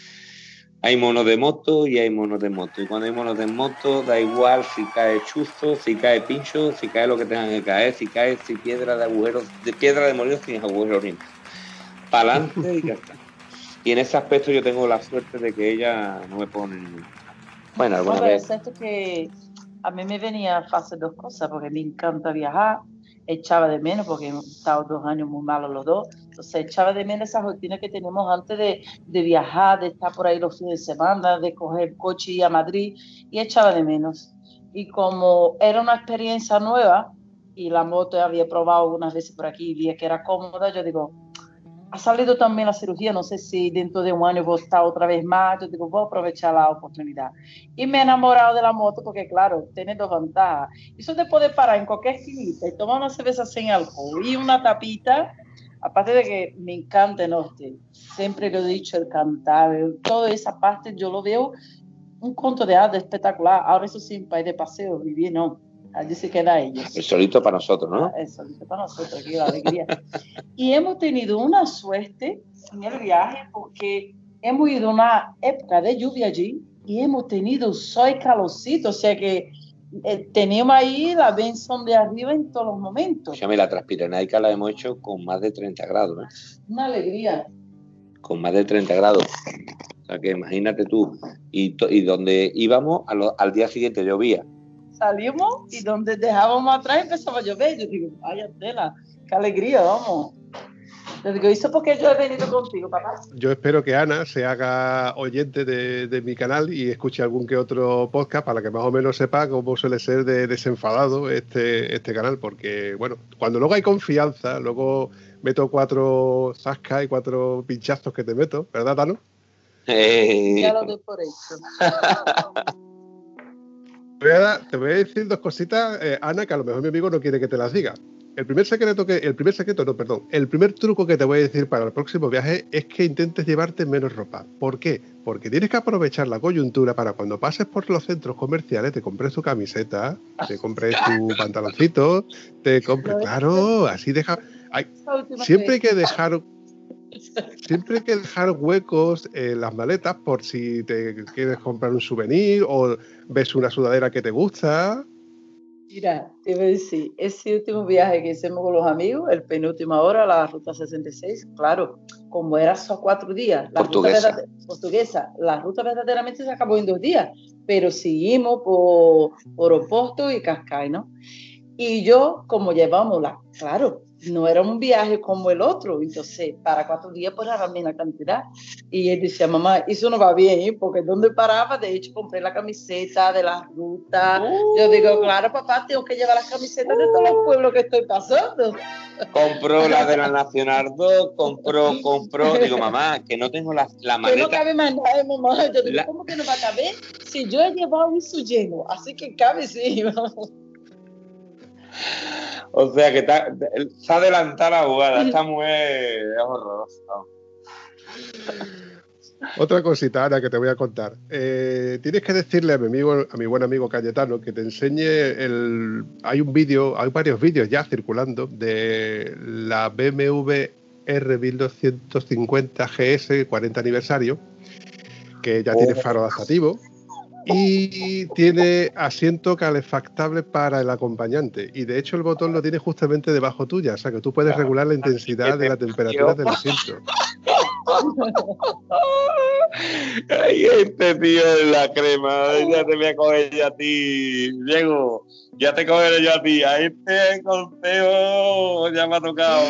Hay monos de moto y hay monos de moto. Y cuando hay monos de moto, da igual si cae chuzo, si cae pincho, si cae lo que tengan que caer, si piedra de agujeros, de piedra de molino sin agujeros limpios. Para adelante y ya está. Y en ese aspecto yo tengo la suerte de que ella no me pone... Bueno, alguna vez... Es cierto que a mí me venía fácil 2 cosas, porque me encanta viajar, echaba de menos, porque hemos estado 2 años muy malos los dos, entonces echaba de menos esa rutina que tenemos antes de viajar, de estar por ahí los fines de semana, de coger el coche y ir a Madrid, y echaba de menos. Y como era una experiencia nueva, y la moto había probado algunas veces por aquí y vi que era cómoda, yo digo, ha salido también la cirugía, no sé si dentro de un año voy a estar otra vez más, yo digo, voy a aprovechar la oportunidad. Y me he enamorado de la moto porque, claro, tiene 2 ventajas. Eso de poder parar en cualquier esquinita y tomar una cerveza sin alcohol y una tapita, aparte de que me encanta el norte, siempre lo he dicho, el cantar, toda esa parte yo lo veo un conto de hadas espectacular. Ahora eso sí, un país de paseo, vivir no. Allí se queda ellos. El solito para nosotros, ¿no? El solito para nosotros, aquí la alegría. Y hemos tenido una suerte en el viaje porque hemos ido a una época de lluvia allí y hemos tenido sol y calorcito, o sea que tenemos ahí la bendición de arriba en todos los momentos. Ya la Transpirenaica la hemos hecho con más de 30 grados, ¿no? Una alegría. Con más de 30 grados. O sea que imagínate tú. Y donde íbamos, al día siguiente llovía. Salimos y donde dejábamos atrás empezaba a llover. Yo digo, vaya tela, qué alegría, vamos. Yo digo, ¿eso porque yo he venido contigo, papá? Yo espero que Ana se haga oyente de mi canal y escuche algún que otro podcast para que más o menos sepa cómo suele ser de desenfadado este canal, porque, bueno, cuando luego hay confianza, luego meto 4 zascas y 4 pinchazos que te meto, ¿verdad, Tano? Ya lo doy por hecho. Te voy a decir 2 cositas, Ana, que a lo mejor mi amigo no quiere que te las diga. El primer truco que te voy a decir para el próximo viaje es que intentes llevarte menos ropa. ¿Por qué? Porque tienes que aprovechar la coyuntura para cuando pases por los centros comerciales, te compres tu camiseta, te compres tu pantaloncito, claro, así deja. Siempre hay que dejar huecos en las maletas por si te quieres comprar un souvenir o ves una sudadera que te gusta. Mira, te voy a decir, ese último viaje que hicimos con los amigos, el penúltimo ahora, la Ruta 66, claro, como era solo 4 días, la portuguesa, la ruta verdaderamente se acabó en 2 días, pero seguimos por Oporto y Cascais, ¿no? Y yo, como llevamos claro, no era un viaje como el otro, entonces para 4 días pues era la misma cantidad. Y él decía, mamá, eso no va bien, ¿eh? Porque donde paraba, de hecho compré la camiseta de la ruta. Yo digo, claro, papá, tengo que llevar las camisetas de todos los pueblos que estoy pasando. Compró la de la Nacional 2, compró. Digo, mamá, que no tengo la maleta. Que no cabe más nada, mamá. Yo digo, ¿cómo que no va a caber? Si yo he llevado eso lleno, así que cabe sí, vamos. O sea que se adelanta la jugada, esta mujer es horrorosa. Otra cosita, Ana, que te voy a contar. Tienes que decirle a mi buen amigo Cayetano que te enseñe hay varios vídeos ya circulando de la BMW R1250 GS 40 aniversario, que ya tiene faro adaptativo. Y tiene asiento calefactable para el acompañante. Y de hecho el botón lo tiene justamente debajo tuya. O sea que tú puedes regular la intensidad de la temperatura del asiento. Ay, este tío de la crema. Ya te voy a coger yo a ti, Diego. Ya te cogeré yo a ti. A este consejo ya me ha tocado.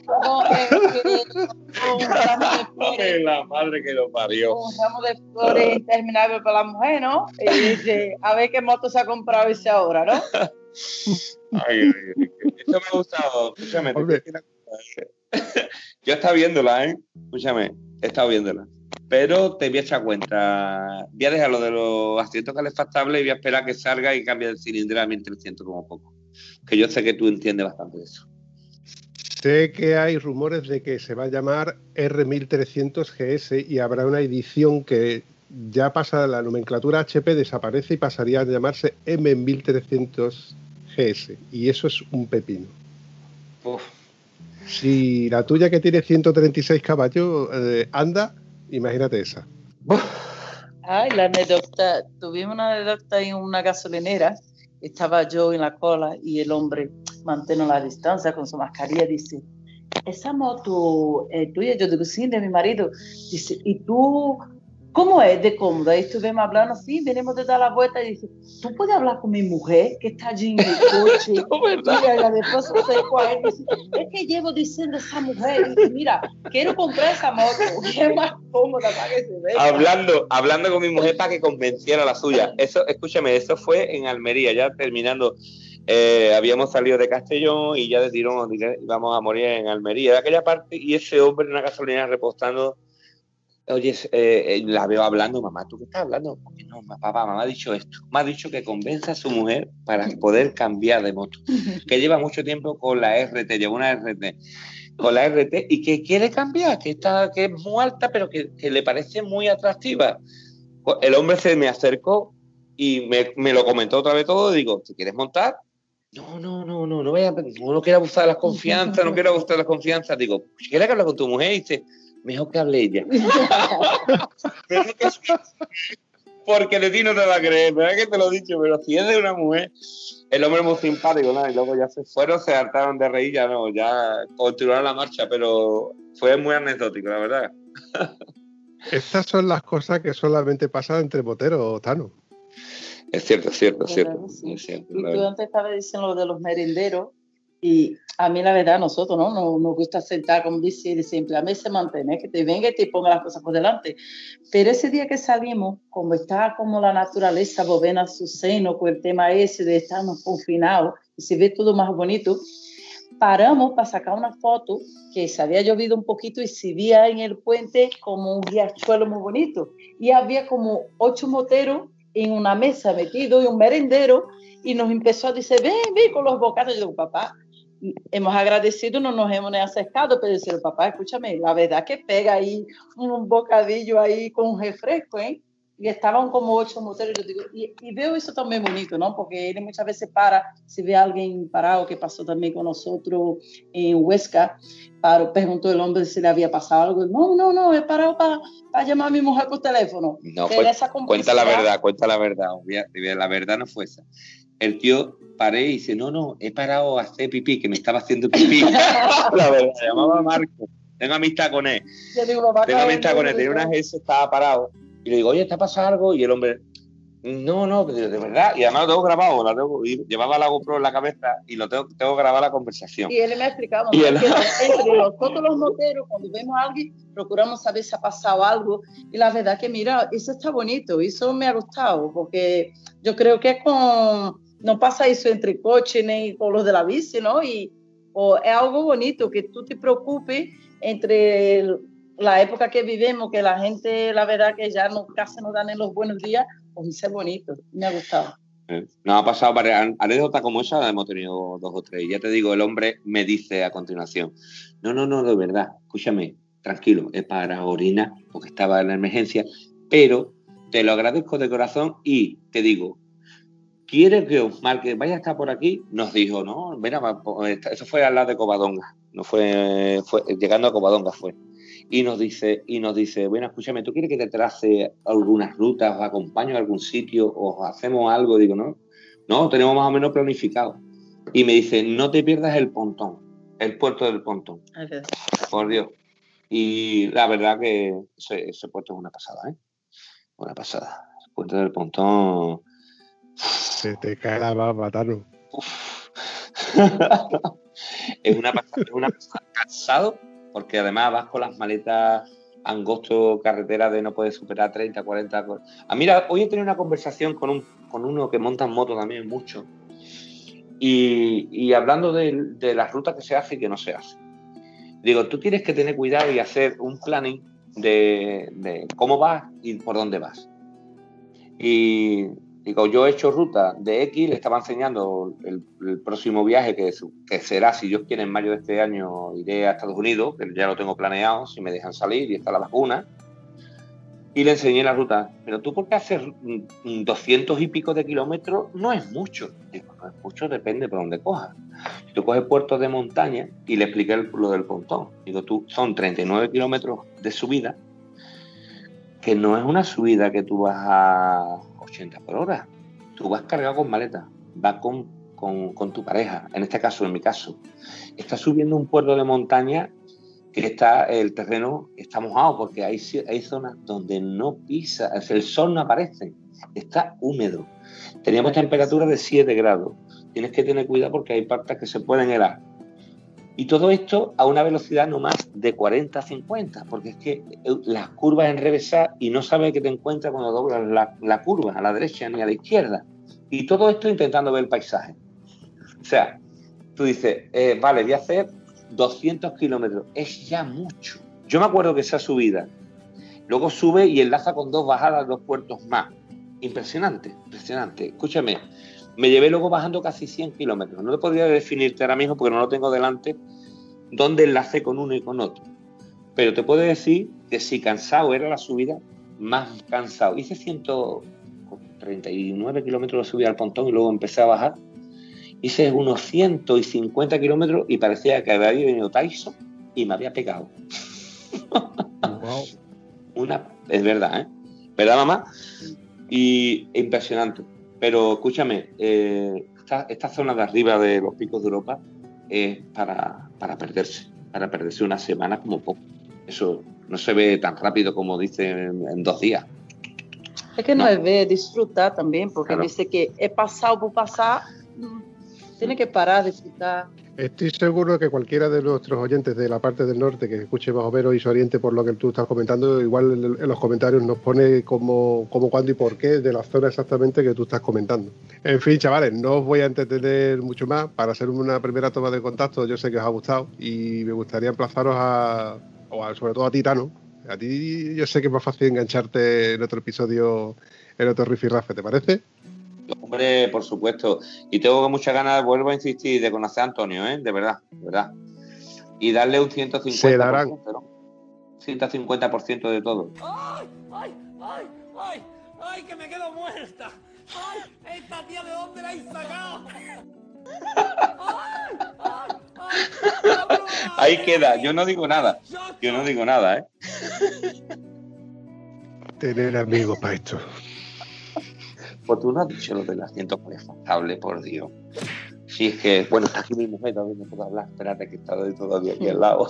La madre que lo parió. Un ramo de flores interminable para la mujer, ¿no? Y dice, a ver qué moto se ha comprado ese ahora, ¿no? Ay, esto me ha gustado. Escúchame, yo he estado viéndola, ¿eh? Escúchame, he estado viéndola. Pero te voy a echar cuenta. Voy a dejar lo de los asientos calefactables y voy a esperar que salga y cambie el cilindro a 1300 como poco. Que yo sé que tú entiendes bastante de eso. Sé que hay rumores de que se va a llamar R1300 GS y habrá una edición que ya pasa, la nomenclatura HP desaparece y pasaría a llamarse M1300 GS. Y eso es un pepino. Uf. Si la tuya, que tiene 136 caballos, anda, imagínate esa. Ay, la anécdota. Tuvimos una anécdota en una gasolinera. Estaba yo en la cola y el hombre mantiene la distancia con su mascarilla. Dice, ¿esa moto tuya? Yo digo, sí, de mi marido. Dice, ¿y tú cómo es de cómoda? Y estuvimos hablando, sí, venimos de dar la vuelta. Y dice, ¿tú puedes hablar con mi mujer que está allí en el coche? Mira, la después se acercó a él y dice, es que llevo diciendo a esa mujer, y mira, quiero comprar esa moto, que es más cómoda para que se vea. Hablando con mi mujer para que convenciera la suya. Eso, escúchame, eso fue en Almería, ya terminando. Habíamos salido de Castellón y ya de tirón íbamos a morir en Almería, de aquella parte, y ese hombre en una gasolinera repostando. Oye, la veo hablando, mamá, ¿tú qué estás hablando? Porque no, papá, mamá ha dicho esto. Me ha dicho que convenza a su mujer para poder cambiar de moto. Que lleva mucho tiempo con la RT, lleva una RT. Con la RT y que quiere cambiar, que es muy alta, pero que le parece muy atractiva. El hombre se me acercó y me lo comentó otra vez todo. Digo, ¿te quieres montar? No quiero abusar de las confianzas, no quiero abusar de las confianzas. Digo, si quieres que hable con tu mujer, y dice, mejor que hable ella. Porque de ti no te va a creer, ¿verdad que te lo he dicho? Pero si es de una mujer, el hombre es muy simpático, ¿no? Y luego ya se fueron, se hartaron de reír, ya continuaron la marcha, pero fue muy anecdótico, la verdad. Estas son las cosas que solamente pasan entre moteros, Tano. Es cierto. Sí. Es cierto. Y tú antes estabas diciendo lo de los merenderos, y a mí la verdad, nosotros no nos gusta sentar, como dice siempre, a mí se mantiene, que te venga y te ponga las cosas por delante. Pero ese día que salimos, como está como la naturaleza volviendo a su seno con el tema ese de estarnos confinados y se ve todo más bonito, paramos para sacar una foto que se había llovido un poquito y se veía en el puente como un riachuelo muy bonito. Y había como 8 moteros en una mesa metidos y un merendero y nos empezó a decir, ven con los bocados. Y yo digo, papá, hemos agradecido, no nos hemos acercado, pero decir, papá, escúchame, la verdad que pega ahí un bocadillo ahí con un refresco, ¿eh? Y estaban como 8 moteros, yo digo, y veo eso también bonito, ¿no? Porque él muchas veces para, si ve a alguien parado, que pasó también con nosotros en Huesca, preguntó el hombre si le había pasado algo, no, he parado para llamar a mi mujer por teléfono. No, cuenta la verdad, la verdad no fue esa. El tío paré y dice, no, he parado a hacer pipí, que me estaba haciendo pipí. La verdad, se llamaba Marco, tengo amistad con él. Tenía una agencia, estaba parado. Y le digo, oye, ¿te ha pasado algo? Y el hombre, no, de verdad. Y además lo tengo grabado, llevaba la GoPro en la cabeza y tengo grabado la conversación. Y él me ha explicado, que entre nosotros los moteros, cuando vemos a alguien, procuramos saber si ha pasado algo. Y la verdad que, mira, eso está bonito, eso me ha gustado, porque yo creo que no pasa eso entre coches ni con los de la bici, ¿no? O es algo bonito, que tú te preocupes entre la época que vivimos, que la gente, la verdad que ya casi nos dan en los buenos días, pues es bonito, me ha gustado. Nos ha pasado varias anécdotas como esa, hemos tenido 2 o 3. Ya te digo, el hombre me dice a continuación, no, de verdad, escúchame, tranquilo, es para orinar, porque estaba en la emergencia, pero te lo agradezco de corazón y te digo, ¿quieres que os marque? Vaya a estar por aquí. Nos dijo, no, mira, eso fue al lado de Covadonga, no fue llegando a Covadonga fue. Y nos dice, bueno, escúchame, ¿tú quieres que te trace algunas rutas, os acompaño a algún sitio, os hacemos algo? Digo, no, tenemos más o menos planificado. Y me dice, no te pierdas el Pontón, el puerto del Pontón. Okay. Por Dios. Y la verdad que ese puerto es una pasada, ¿eh? Una pasada. El puerto del Pontón... Se te cae la baba, Tano. Es una pasada, cansado, porque además vas con las maletas angosto, carretera de no puedes superar 30, 40. Mira, hoy he tenido una conversación con uno que monta en moto también mucho, y hablando de las rutas que se hace y que no se hace. Digo, tú tienes que tener cuidado y hacer un planning de cómo vas y por dónde vas. Y digo, yo he hecho ruta de X, le estaba enseñando el próximo viaje que será, si Dios quiere, en mayo de este año iré a Estados Unidos, que ya lo tengo planeado, si me dejan salir y está la vacuna. Y le enseñé la ruta. Pero tú, ¿por qué hacer 200 y pico de kilómetros? No es mucho. Digo, no es mucho, depende por dónde cojas. Si tú coges puertos de montaña, y le expliqué lo del Pontón. Digo, son 39 kilómetros de subida, que no es una subida que tú vas a 80 por hora. Tú vas cargado con maletas, vas con tu pareja, en este caso, en mi caso. Estás subiendo un puerto de montaña que el terreno está mojado, porque hay zonas donde no pisa, el sol no aparece, está húmedo. Teníamos temperaturas de 7 grados. Tienes que tener cuidado porque hay partes que se pueden helar. Y todo esto a una velocidad no más de 40 a 50, porque es que las curvas enrevesadas y no sabes qué te encuentras cuando doblas la curva a la derecha ni a la izquierda. Y todo esto intentando ver el paisaje. O sea, tú dices, vale, voy a hacer 200 kilómetros. Es ya mucho. Yo me acuerdo que esa subida, luego sube y enlaza con 2 bajadas, 2 puertos más. Impresionante, impresionante. Escúchame. Me llevé luego bajando casi 100 kilómetros. No te podría definirte ahora mismo porque no lo tengo delante dónde enlacé con uno y con otro. Pero te puedo decir que si cansado era la subida, más cansado. Hice 139 kilómetros de subida al Pontón y luego empecé a bajar. Hice unos 150 kilómetros y parecía que había venido Tyson y me había pegado. Wow. Es verdad, ¿eh? ¿Verdad, mamá? Y impresionante. Pero escúchame, esta zona de arriba de los picos de Europa es para perderse una semana como poco. Eso no se ve tan rápido como dicen en 2 días. Es que no es ver, disfrutar también, porque claro, dice que he pasado por pasar, Tiene que parar, disfrutar. Estoy seguro que cualquiera de nuestros oyentes de la parte del norte que escuche más o menos y se oriente por lo que tú estás comentando, igual en los comentarios nos pone cómo, cuándo y por qué de la zona exactamente que tú estás comentando. En fin, chavales, no os voy a entretener mucho más. Para hacer una primera toma de contacto, yo sé que os ha gustado y me gustaría emplazaros sobre todo a ti, Tano. A ti yo sé que es más fácil engancharte en otro episodio, en otro rifirrafe, ¿te parece? Hombre, por supuesto. Y tengo muchas ganas, vuelvo a insistir, de conocer a Antonio, de verdad, de verdad. Y darle un 150%, Se darán. ¿no? 150% de todo. ¡Ay, ay, ay, ay! ¡Ay, que me quedo muerta! ¡Ay, esta tía de dónde la he sacado! ¡Ay, ay, ay! Ahí queda, yo no digo nada. Yo no digo nada, Tener amigos para esto. Pues tú no has dicho lo del asiento confortable, por Dios. Si es que, bueno, está aquí mi mujer, todavía no puedo hablar. Espérate que está todavía aquí al lado.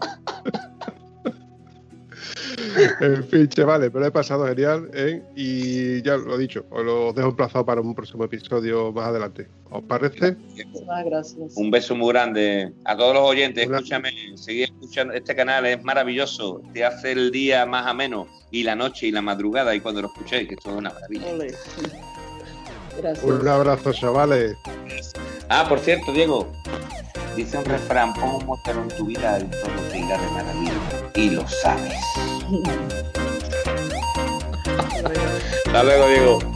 En fin, chavales, pero he pasado genial, y ya lo he dicho, os lo dejo emplazado para un próximo episodio más adelante. ¿Os parece? Muchas gracias. Un beso muy grande a todos los oyentes. Escúchame, seguid escuchando. Este canal es maravilloso, te hace el día más ameno, y la noche y la madrugada, y cuando lo escuchéis, que esto es una maravilla. Ole. Gracias. Un abrazo, chavales. Ah, por cierto, Diego, dice un refrán: pon un motero en tu vida y todo te irá de maravilla, y lo sabes. Hasta luego, Diego.